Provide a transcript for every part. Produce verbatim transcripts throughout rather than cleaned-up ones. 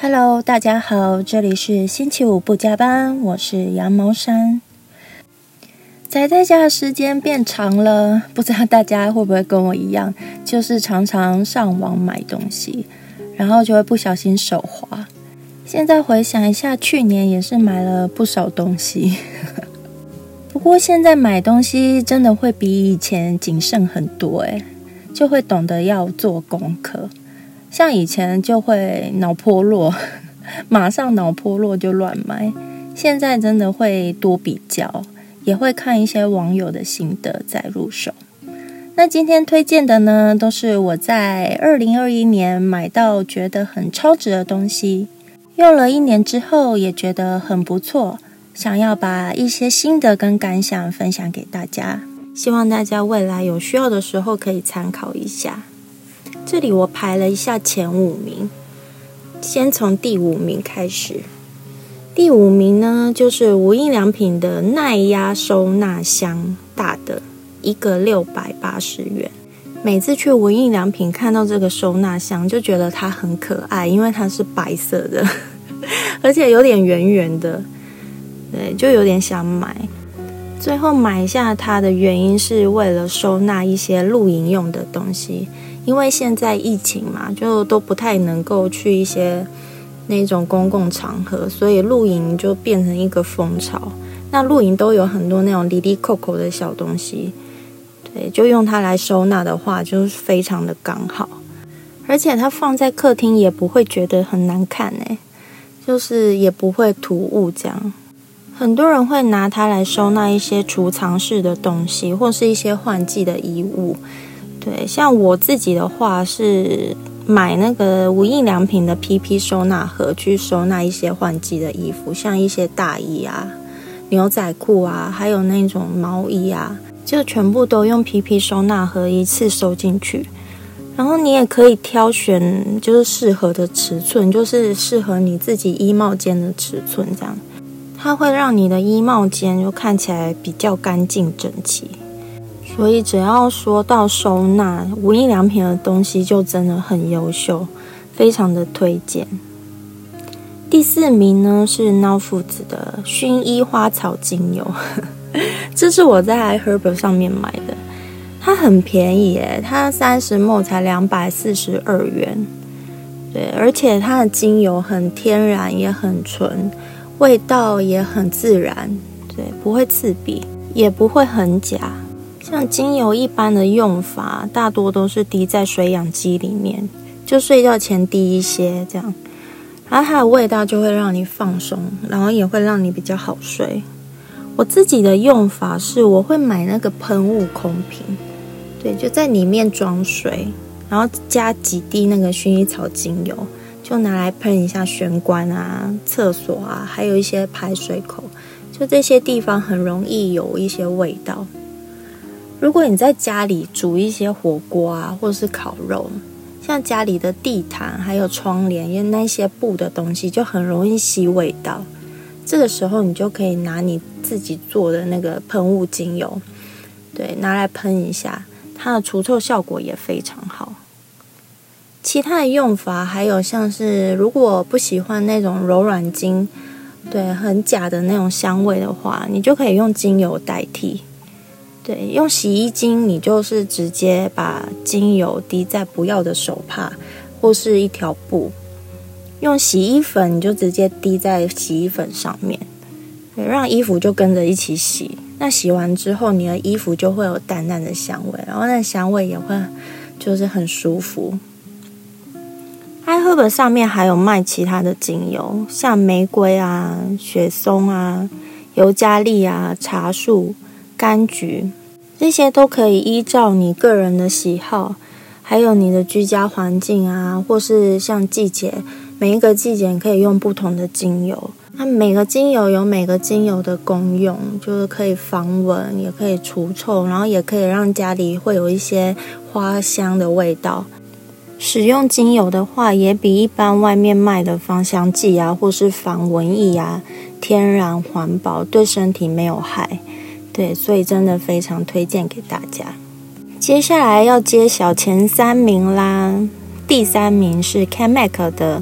Hello， 大家好，这里是星期五不加班，我是羊毛衫。宅在家的时间变长了，不知道大家会不会跟我一样，就是常常上网买东西，然后就会不小心手滑。现在回想一下，去年也是买了不少东西。不过现在买东西真的会比以前谨慎很多耶，就会懂得要做功课。像以前就会脑波弱，马上脑波弱就乱买，现在真的会多比较，也会看一些网友的心得再入手。那今天推荐的呢，都是我在二零二一年买到觉得很超值的东西，用了一年之后也觉得很不错，想要把一些心得跟感想分享给大家，希望大家未来有需要的时候可以参考一下。这里我排了一下前五名，先从第五名开始。第五名呢，就是无印良品的耐压收纳箱，大的一个六百八十元。每次去无印良品看到这个收纳箱，就觉得它很可爱，因为它是白色的，而且有点圆圆的，对，就有点想买。最后买下它的原因是为了收纳一些露营用的东西。因为现在疫情嘛，就都不太能够去一些那种公共场合，所以露营就变成一个风潮。那露营都有很多那种哩哩扣扣的小东西，对，就用它来收纳的话，就是非常的刚好。而且它放在客厅也不会觉得很难看诶，就是也不会突兀这样。很多人会拿它来收纳一些储藏室的东西，或是一些换季的衣物。对，像我自己的话是买那个无印良品的 P P 收纳盒去收纳一些换季的衣服，像一些大衣啊、牛仔裤啊，还有那种毛衣啊，就全部都用 P P 收纳盒一次收进去。然后你也可以挑选就是适合的尺寸，就是适合你自己衣帽间的尺寸这样。它会让你的衣帽间就看起来比较干净整齐。所以只要说到收纳，无印良品的东西就真的很优秀，非常的推荐。第四名呢是 Now Foods 的薰衣花草精油，这是我在 iHerb 上面买的，它很便宜耶，它三十 ml 才两百四十二元。对，而且它的精油很天然，也很纯，味道也很自然，对，不会刺鼻，也不会很假。像精油一般的用法，大多都是滴在水氧机里面，就睡觉前滴一些这样，然后它的味道就会让你放松，然后也会让你比较好睡。我自己的用法是，我会买那个喷雾空瓶，对，就在里面装水，然后加几滴那个薰衣草精油，就拿来喷一下玄关啊、厕所啊，还有一些排水口，就这些地方很容易有一些味道。如果你在家里煮一些火锅啊，或者是烤肉，像家里的地毯还有窗帘，因为那些布的东西就很容易吸味道。这个时候你就可以拿你自己做的那个喷雾精油，对，拿来喷一下，它的除臭效果也非常好。其他的用法还有像是，如果不喜欢那种柔软精，对，很假的那种香味的话，你就可以用精油代替。对，用洗衣精，你就是直接把精油滴在不要的手帕或是一条布。用洗衣粉，你就直接滴在洗衣粉上面，对，让衣服就跟着一起洗。那洗完之后，你的衣服就会有淡淡的香味，然后那香味也会就是很舒服。iHerb 上面还有卖其他的精油，像玫瑰啊、雪松啊、尤加利啊、茶树、柑橘，这些都可以依照你个人的喜好，还有你的居家环境啊，或是像季节，每一个季节可以用不同的精油。那每个精油有每个精油的功用，就是可以防蚊，也可以除臭，然后也可以让家里会有一些花香的味道。使用精油的话，也比一般外面卖的芳香剂啊，或是防蚊液啊，天然环保，对身体没有害。对，所以真的非常推荐给大家。接下来要揭晓前三名啦，第三名是 Chemec 的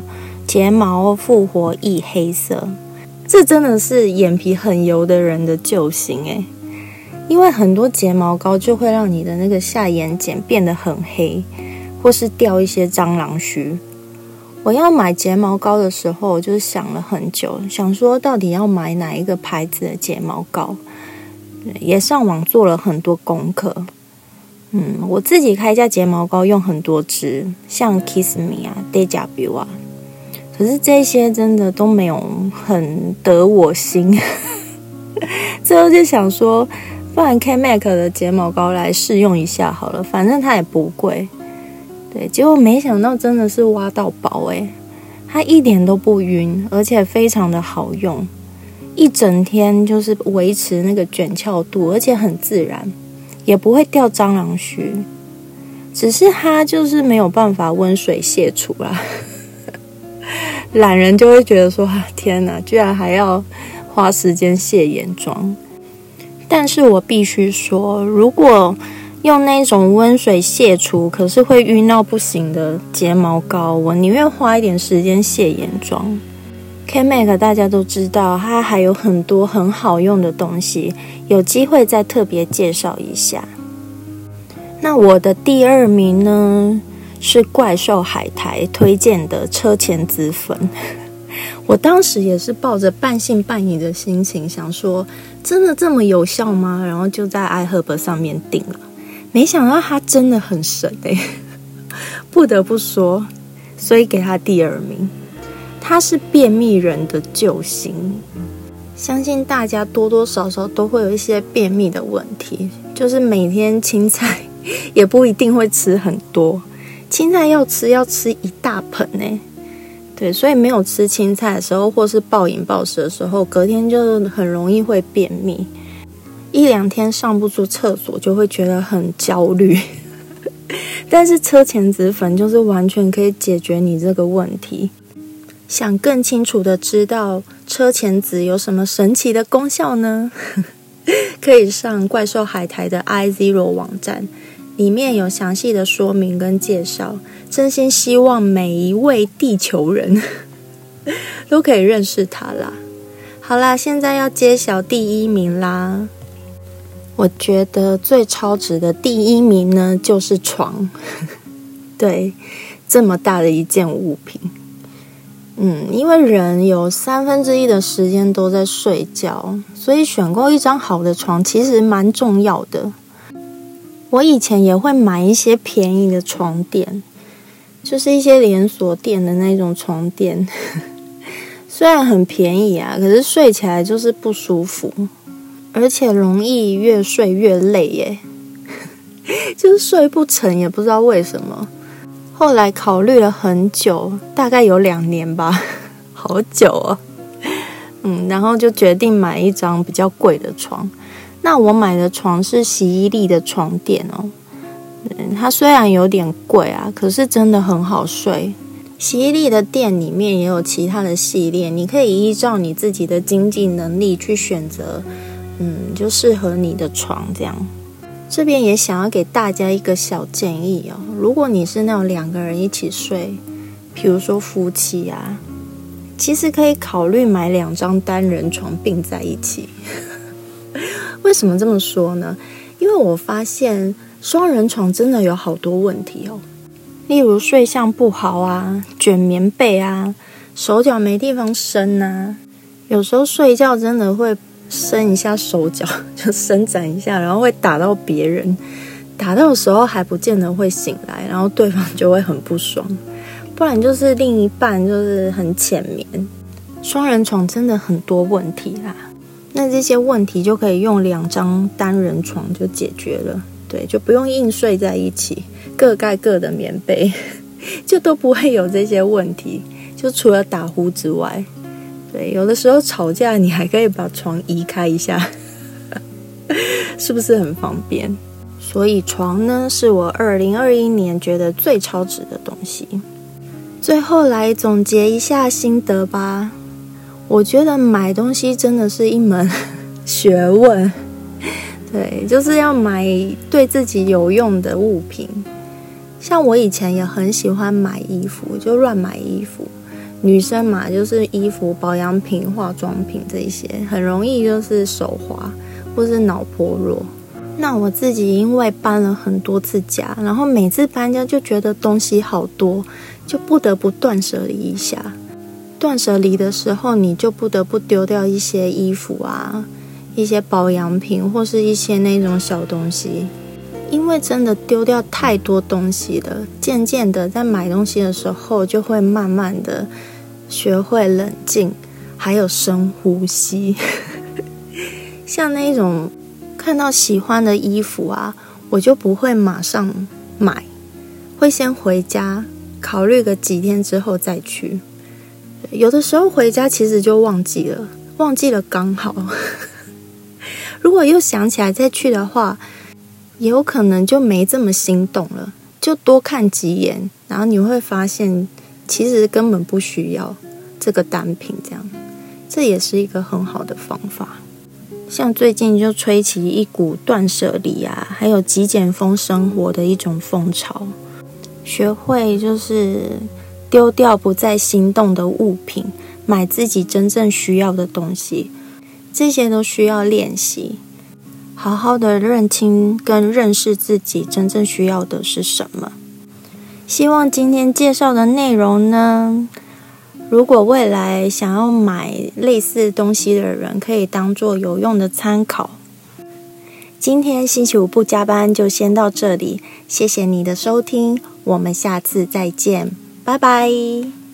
睫毛复活异黑色，这真的是眼皮很油的人的救星诶，因为很多睫毛膏就会让你的那个下眼睑变得很黑，或是掉一些蟑螂须。我要买睫毛膏的时候，就是想了很久，想说到底要买哪一个牌子的睫毛膏，也上网做了很多功课。嗯，我自己开一家睫毛膏用很多支，像 Kiss Me 啊、Deja Vu 啊，可是这些真的都没有很得我心。最后就想说，不然 K M A C 的睫毛膏来试用一下好了，反正它也不贵。对，结果没想到真的是挖到宝诶，它一点都不晕，而且非常的好用，一整天就是维持那个卷翘度，而且很自然，也不会掉蟑螂须，只是它就是没有办法温水卸除啦。懒人就会觉得说，天哪，居然还要花时间卸眼妆。但是我必须说，如果用那种温水卸除可是会晕到不行的睫毛膏，我宁愿花一点时间卸眼妆。K M A C 大家都知道，它还有很多很好用的东西，有机会再特别介绍一下。那我的第二名呢，是怪兽海苔推荐的车前子粉。我当时也是抱着半信半疑的心情，想说真的这么有效吗？然后就在 iHerb 上面订了，没想到它真的很神欸，不得不说，所以给它第二名。它是便秘人的救星，相信大家多多少少都会有一些便秘的问题，就是每天青菜也不一定会吃很多，青菜要吃要吃一大盆欸。对，所以没有吃青菜的时候，或是暴饮暴食的时候，隔天就很容易会便秘，一两天上不出厕所就会觉得很焦虑。但是车前子粉就是完全可以解决你这个问题。想更清楚的知道车前子有什么神奇的功效呢？可以上怪兽海苔的 I Zero 网站，里面有详细的说明跟介绍，真心希望每一位地球人都可以认识它啦。好啦，现在要揭晓第一名啦。我觉得最超值的第一名呢，就是床。对，这么大的一件物品。嗯，因为人有三分之一的时间都在睡觉，所以选购一张好的床其实蛮重要的。我以前也会买一些便宜的床垫，就是一些连锁店的那种床垫，虽然很便宜啊，可是睡起来就是不舒服，而且容易越睡越累耶，就是睡不成，也不知道为什么。后来考虑了很久，大概有两年吧，好久哦。嗯，然后就决定买一张比较贵的床。那我买的床是洗衣力的床垫哦，嗯，它虽然有点贵啊，可是真的很好睡。洗衣力的店里面也有其他的系列，你可以依照你自己的经济能力去选择，嗯，就适合你的床这样。这边也想要给大家一个小建议哦，如果你是那种两个人一起睡，比如说夫妻啊，其实可以考虑买两张单人床并在一起。为什么这么说呢？因为我发现双人床真的有好多问题哦，例如睡相不好啊，卷棉被啊，手脚没地方伸啊，有时候睡觉真的会伸一下手脚，就伸展一下，然后会打到别人，打到的时候还不见得会醒来，然后对方就会很不爽，不然就是另一半就是很浅眠。双人床真的很多问题啦，那这些问题就可以用两张单人床就解决了，对，就不用硬睡在一起，各盖各的棉被，就都不会有这些问题，就除了打呼之外。对，有的时候吵架你还可以把床移开一下，是不是很方便？所以床呢，是我二零二一年觉得最超值的东西。最后来总结一下心得吧。我觉得买东西真的是一门学问，对，就是要买对自己有用的物品。像我以前也很喜欢买衣服，就乱买衣服， 女生嘛，就是衣服、保养品、化妆品这一些，很容易就是手滑或是脑波弱。那我自己因为搬了很多次家，然后每次搬家就觉得东西好多，就不得不断舍离一下。断舍离的时候，你就不得不丢掉一些衣服啊，一些保养品或是一些那种小东西。因为真的丢掉太多东西了，渐渐的在买东西的时候就会慢慢的学会冷静，还有深呼吸。像那种看到喜欢的衣服啊，我就不会马上买，会先回家考虑个几天之后再去。有的时候回家其实就忘记了，忘记了刚好。如果又想起来再去的话，也有可能就没这么心动了，就多看几眼，然后你会发现其实根本不需要这个单品，这样这也是一个很好的方法。像最近就吹起一股断舍离啊，还有极简风生活的一种风潮，学会就是丢掉不再心动的物品，买自己真正需要的东西，这些都需要练习。好好的认清跟认识自己真正需要的是什么。希望今天介绍的内容呢，如果未来想要买类似东西的人，可以当作有用的参考。今天星期五不加班就先到这里，谢谢你的收听，我们下次再见，拜拜。